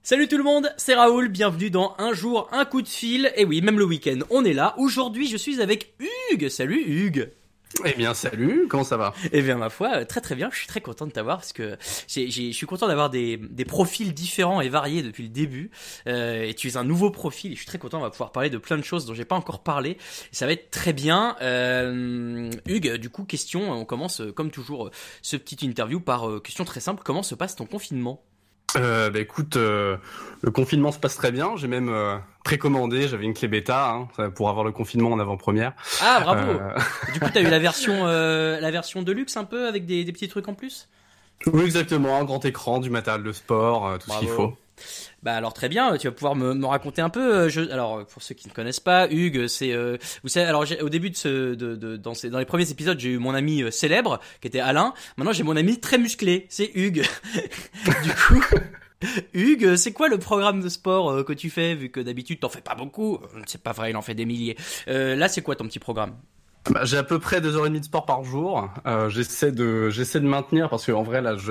Salut tout le monde, c'est Raoul, bienvenue dans Un jour, un coup de fil. Et oui, même le week-end, on est là. Aujourd'hui, je suis avec Hugues. Salut Hugues. Eh bien, salut, comment ça va? Eh bien, ma foi, très très bien, je suis très content de t'avoir parce que je suis content d'avoir des profils différents et variés depuis le début. Et tu es un nouveau profil et je suis très content, on va pouvoir parler de plein de choses dont j'ai pas encore parlé. Et ça va être très bien. Hugues, du coup, question, on commence comme toujours ce petit interview par question très simple. Comment se passe ton confinement ? Écoute, le confinement se passe très bien. J'ai même précommandé, j'avais une clé bêta pour avoir le confinement en avant-première. Ah, bravo. Du coup, t'as eu la version de luxe un peu avec des petits trucs en plus ? Oui, exactement, un grand écran, du matériel de sport, tout Bravo. ce qu'il faut. Bah alors très bien, tu vas pouvoir me raconter un peu. Alors pour ceux qui ne connaissent pas, Hugues, c'est vous savez, alors au début dans les premiers épisodes, j'ai eu mon ami célèbre qui était Alain. Maintenant j'ai mon ami très musclé, c'est Hugues. Du coup, Hugues, c'est quoi le programme de sport que tu fais, vu que d'habitude t'en fais pas beaucoup? C'est pas vrai, il en fait des milliers. Là, c'est quoi ton petit programme? J'ai à peu près 2h30 de sport par jour. J'essaie de maintenir parce que en vrai là,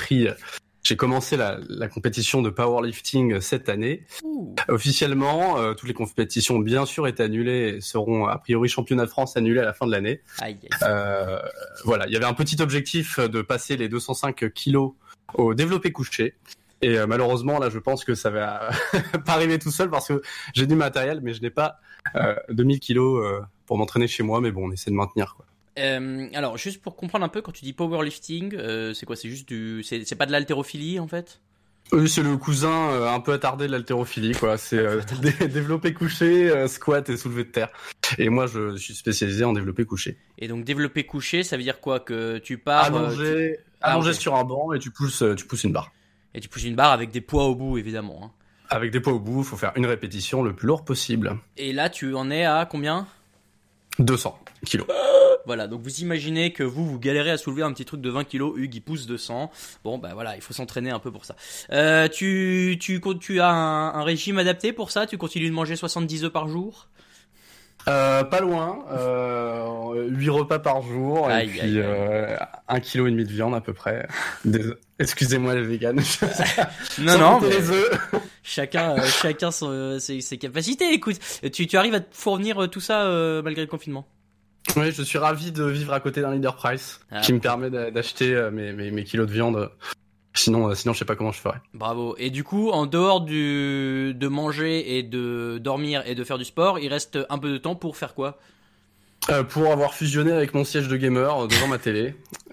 j'ai commencé la compétition de powerlifting cette année. Ouh. Officiellement, toutes les compétitions bien sûr étaient annulées et seront a priori championnat de France annulés à la fin de l'année. Aïe, aïe. Voilà, il y avait un petit objectif de passer les 205 kilos au développé couché. Et malheureusement, là, je pense que ça va pas arriver tout seul parce que j'ai du matériel, mais je n'ai pas 2000 kilos pour m'entraîner chez moi. Mais bon, on essaie de maintenir, quoi. Alors, juste pour comprendre un peu, quand tu dis powerlifting, c'est quoi? C'est juste c'est pas de l'haltérophilie en fait? Oui, c'est le cousin un peu attardé de l'haltérophilie, quoi. C'est développé couché, squat et soulevé de terre. Et moi, je suis spécialisé en développé couché. Et donc développé couché, ça veut dire quoi? Que tu pars allongé ok. sur un banc et tu pousses une barre. Et tu pousses une barre avec des poids au bout, évidemment. Hein. Avec des poids au bout, faut faire une répétition le plus lourd possible. Et là, tu en es à combien? 200 kilos. Voilà, donc vous imaginez que vous galérez à soulever un petit truc de 20 kilos, Hugues il pousse 200. Bon, bah voilà, il faut s'entraîner un peu pour ça. Tu as un régime adapté pour ça? Tu continues de manger 70 œufs par jour? Pas loin, 8 repas par jour, Aïe, et puis aïe, aïe. 1,5 kg de viande à peu près. Excusez-moi les véganes. Non, mais les œufs. chacun ses capacités. Écoute, tu arrives à te fournir tout ça malgré le confinement? Oui, je suis ravi de vivre à côté d'un Leader Price qui me permet d'acheter mes kilos de viande. Sinon, je sais pas comment je ferais. Bravo. Et du coup, en dehors de manger et de dormir et de faire du sport, il reste un peu de temps pour faire quoi? Pour avoir fusionné avec mon siège de gamer devant ma télé.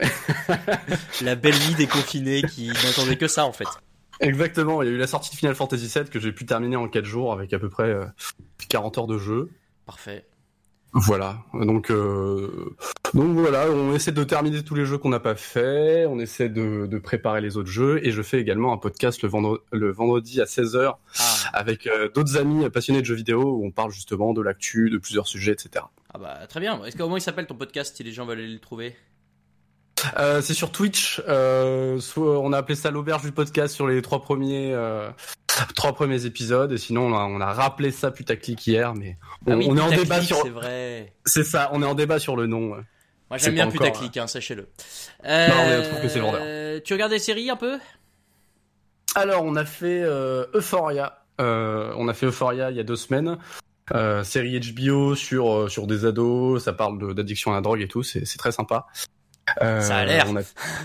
La belle vie des confinés qui n'entendait que ça en fait. Exactement, il y a eu la sortie de Final Fantasy VII que j'ai pu terminer en 4 jours avec à peu près 40 heures de jeu. Parfait. Voilà, donc voilà, on essaie de terminer tous les jeux qu'on n'a pas fait, on essaie de préparer les autres jeux, et je fais également un podcast le vendredi à 16h avec d'autres amis passionnés de jeux vidéo où on parle justement de l'actu, de plusieurs sujets, etc. Ah bah très bien. Comment il s'appelle ton podcast si les gens veulent aller le trouver? C'est sur Twitch, on a appelé ça l'auberge du podcast sur les 3 premiers épisodes, et sinon on a rappelé ça putaclic hier, mais on est en débat sur. C'est vrai. C'est ça, on est en débat sur le nom. Moi j'aime bien putaclic, sachez-le. Non, mais je trouve que c'est vendeur. Tu regardes des séries un peu? Alors on a fait Euphoria. On a fait Euphoria il y a 2 semaines. Série HBO sur des ados, ça parle d'addiction à la drogue et tout, c'est très sympa. Ça a l'air.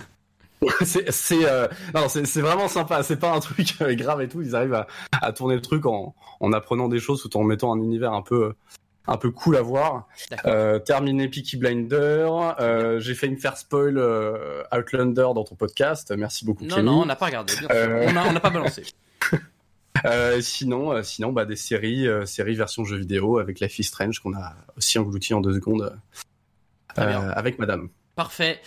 C'est vraiment sympa, c'est pas un truc grave et tout, ils arrivent à tourner le truc en apprenant des choses tout en mettant un univers un peu cool à voir. Terminé Peaky Blinder, j'ai failli me faire spoil Outlander dans ton podcast, merci beaucoup Clémy. Non, on n'a pas regardé, bien sûr. On n'a pas balancé. Sinon des séries version jeux vidéo avec Life is Strange qu'on a aussi englouti en 2 secondes avec madame. Parfait.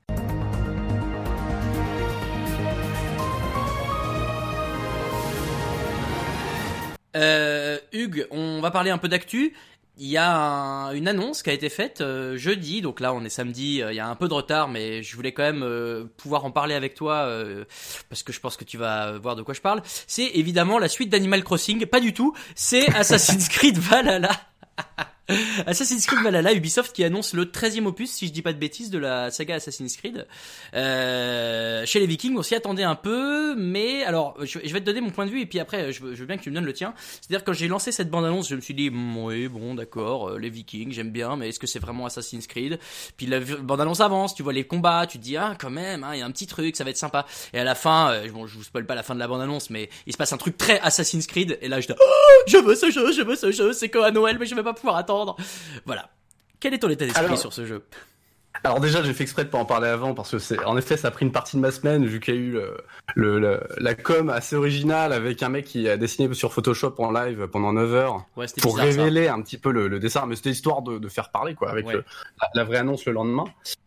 Hugues, on va parler un peu d'actu. Il y a une annonce qui a été faite jeudi, donc là on est samedi, il y a un peu de retard, mais je voulais quand même pouvoir en parler avec toi parce que je pense que tu vas voir de quoi je parle. C'est évidemment la suite d'Animal Crossing, pas du tout, c'est Assassin's Creed Valhalla. Assassin's Creed Valhalla, Ubisoft qui annonce le 13e opus, si je dis pas de bêtises, de la saga Assassin's Creed. Chez les Vikings, on s'y attendait un peu, mais alors, je vais te donner mon point de vue et puis après, je veux bien que tu me donnes le tien. C'est-à-dire, quand j'ai lancé cette bande-annonce, je me suis dit, oui, bon, d'accord, les Vikings, j'aime bien, mais est-ce que c'est vraiment Assassin's Creed? Puis la bande-annonce avance, tu vois les combats, tu te dis, quand même, il y a un petit truc, ça va être sympa. Et à la fin, bon, je vous spoil pas la fin de la bande-annonce, mais il se passe un truc très Assassin's Creed, et là, je veux ce jeu, c'est qu'à Noël, mais je vais pas pouvoir attendre. Voilà. Quel est ton état d'esprit sur ce jeu? Alors déjà, j'ai fait exprès de pas en parler avant parce que en effet, ça a pris une partie de ma semaine vu qu'il y a eu la com assez originale avec un mec qui a dessiné sur Photoshop en live pendant 9 heures pour bizarre, révéler un petit peu le dessin. Mais c'était histoire de faire parler quoi, avec la vraie annonce le lendemain.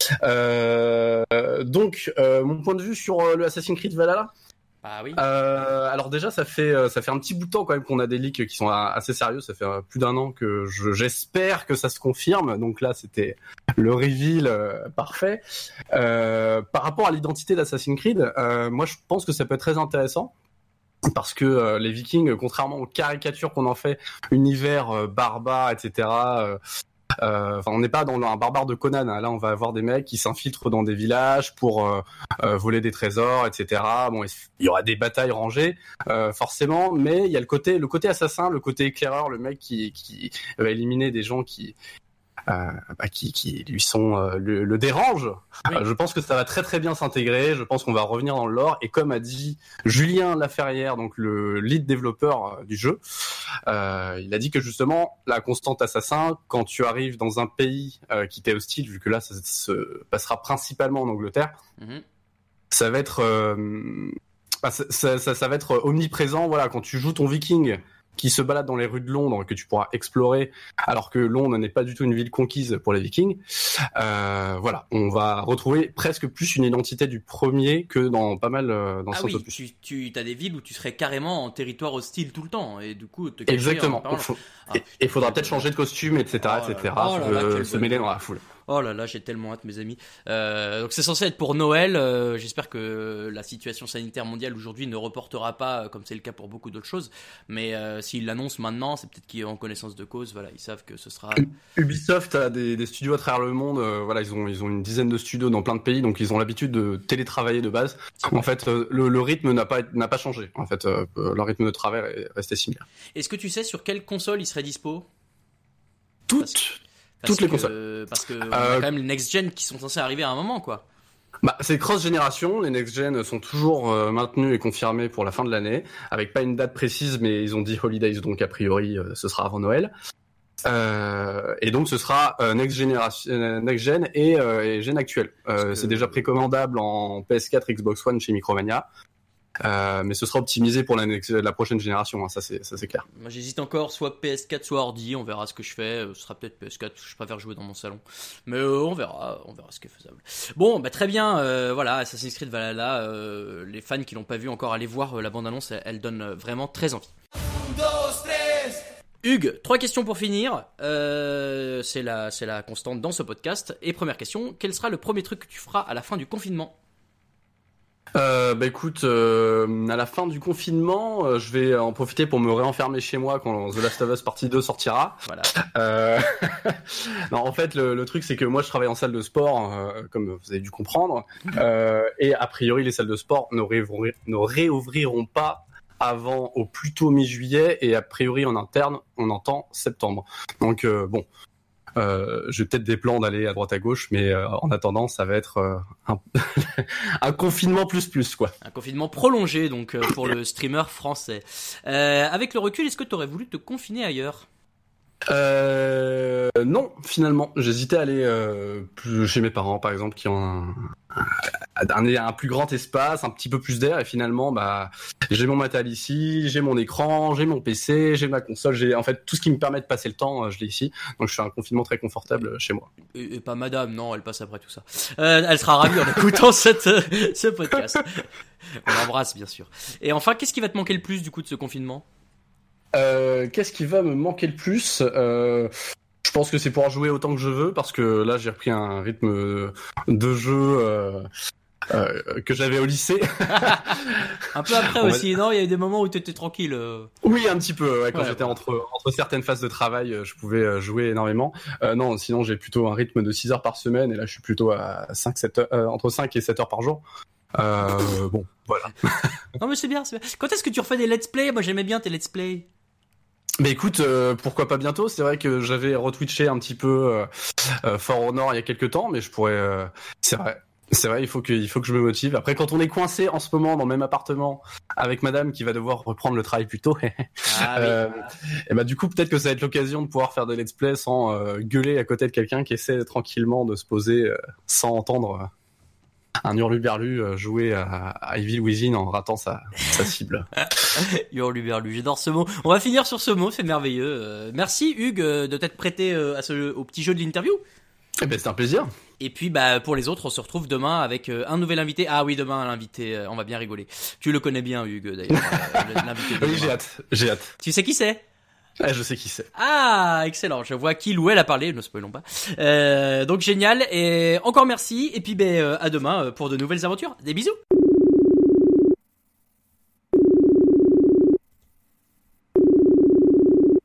Donc, mon point de vue sur le Assassin's Creed Valhalla. Ah oui. Alors déjà, ça fait un petit bout de temps quand même qu'on a des leaks qui sont assez sérieux. Ça fait plus d'un an que j'espère que ça se confirme. Donc là, c'était le reveal parfait. Par rapport à l'identité d'Assassin's Creed, moi je pense que ça peut être très intéressant. Parce que les Vikings, contrairement aux caricatures qu'on en fait, univers barbare, etc. On n'est pas dans un barbare de Conan, hein. Là, on va avoir des mecs qui s'infiltrent dans des villages pour voler des trésors, etc. Bon, il y aura des batailles rangées, forcément, mais il y a le côté assassin, le côté éclaireur, le mec qui va éliminer des gens qui lui sont le dérangent. Oui. Je pense que ça va très très bien s'intégrer. Je pense qu'on va revenir dans le lore. Et comme a dit Julien Laferrière, donc le lead développeur du jeu, il a dit que justement la constante assassin, quand tu arrives dans un pays qui t'est hostile, vu que là ça se passera principalement en Angleterre, ça va être ça va être omniprésent. Voilà, quand tu joues ton Viking qui se balade dans les rues de Londres, que tu pourras explorer, alors que Londres n'est pas du tout une ville conquise pour les Vikings. Voilà, on va retrouver presque plus une identité du premier que dans pas mal d'anciens opus. Tu as des villes où tu serais carrément en territoire hostile tout le temps, et du coup te cacher. Exactement. Il faudra peut-être changer de costume, etc., se mêler dans la foule. Oh là là, j'ai tellement hâte, mes amis. Donc c'est censé être pour Noël. J'espère que la situation sanitaire mondiale aujourd'hui ne reportera pas, comme c'est le cas pour beaucoup d'autres choses. Mais s'ils l'annoncent maintenant, c'est peut-être qu'ils ont connaissance de cause. Voilà, ils savent que ce sera. Ubisoft a des studios à travers le monde. Voilà, ils ont une dizaine de studios dans plein de pays, donc ils ont l'habitude de télétravailler de base. En fait, le rythme n'a pas changé. En fait, leur rythme de travail est resté similaire. Est-ce que tu sais sur quelle console il serait dispo? Toutes les consoles. Parce que on a quand même les next-gen qui sont censés arriver à un moment, quoi. C'est cross-génération, les next-gen sont toujours maintenus et confirmés pour la fin de l'année, avec pas une date précise, mais ils ont dit holidays, donc a priori ce sera avant Noël. Et donc ce sera next-gen et gen actuel. C'est déjà précommandable en PS4, Xbox One chez Micromania. Mais ce sera optimisé pour la prochaine génération, hein, ça c'est clair. Moi j'hésite encore, soit PS4 soit ordi, on verra ce que je fais. Ce sera peut-être PS4, je préfère jouer dans mon salon, mais on verra ce qui est faisable. Bon, très bien, voilà, Assassin's Creed Valhalla, les fans qui l'ont pas vu encore, allez voir la bande-annonce, elle donne vraiment très envie. 1, 2, 3. Hugues, 3 questions pour finir, c'est la constante dans ce podcast. Et première question, quel sera le premier truc que tu feras à la fin du confinement? Écoute, à la fin du confinement, je vais en profiter pour me réenfermer chez moi quand The Last of Us Partie 2 sortira. Voilà. Non, en fait, le truc, c'est que moi, je travaille en salle de sport, comme vous avez dû comprendre, et a priori, les salles de sport ne réouvriront pas avant au plus tôt mi-juillet, et a priori, en interne, on entend septembre. Donc, bon. J'ai peut-être des plans d'aller à droite à gauche, mais en attendant, ça va être un confinement plus quoi. Un confinement prolongé donc pour le streamer français. Avec le recul, est-ce que tu aurais voulu te confiner ailleurs? Non, finalement, j'hésitais à aller chez mes parents, par exemple, qui ont un plus grand espace, un petit peu plus d'air, et finalement, j'ai mon matériel ici, j'ai mon écran, j'ai mon PC, j'ai ma console, j'ai en fait tout ce qui me permet de passer le temps, je l'ai ici. Donc je fais un confinement très confortable chez moi. Et pas madame, non, elle passe après tout ça. Elle sera ravie en écoutant ce podcast. On l'embrasse bien sûr. Et enfin, qu'est-ce qui va te manquer le plus du coup de ce confinement? Qu'est-ce qui va me manquer le plus? Je pense que c'est pouvoir jouer autant que je veux, parce que là j'ai repris un rythme de jeu que j'avais au lycée. Un peu après aussi, non? Il y a eu des moments où t'étais tranquille. Oui, un petit peu. Ouais, quand j'étais entre certaines phases de travail, je pouvais jouer énormément. Non, sinon j'ai plutôt un rythme de 6 heures par semaine et là je suis plutôt à 5-7 heures, entre 5 et 7 heures par jour. Bon, voilà. Non mais c'est bien, c'est bien. Quand est-ce que tu refais des let's play? Moi j'aimais bien tes let's play. Mais écoute, pourquoi pas bientôt? C'est vrai que j'avais retwitché un petit peu For Honor il y a quelques temps, mais je pourrais. C'est vrai, il faut que je me motive. Après, quand on est coincé en ce moment dans le même appartement avec madame qui va devoir reprendre le travail plus tôt, et bah du coup peut-être que ça va être l'occasion de pouvoir faire des let's play sans gueuler à côté de quelqu'un qui essaie tranquillement de se poser sans entendre un hurluberlu jouer à Evil Within en ratant sa cible. Hurluberlu, j'adore ce mot. On va finir sur ce mot, c'est merveilleux. Merci Hugues de t'être prêté au petit jeu de l'interview. Eh ben c'est un plaisir. Et puis bah pour les autres, on se retrouve demain avec un nouvel invité. Ah oui, demain l'invité, on va bien rigoler. Tu le connais bien Hugues d'ailleurs. L'invité de oui, demain. j'ai hâte. Tu sais qui c'est? Ah, je sais qui c'est. Ah, excellent. Je vois qui ou elle a parlé, ne spoilons pas. Donc génial et encore merci et puis à demain pour de nouvelles aventures. Des bisous.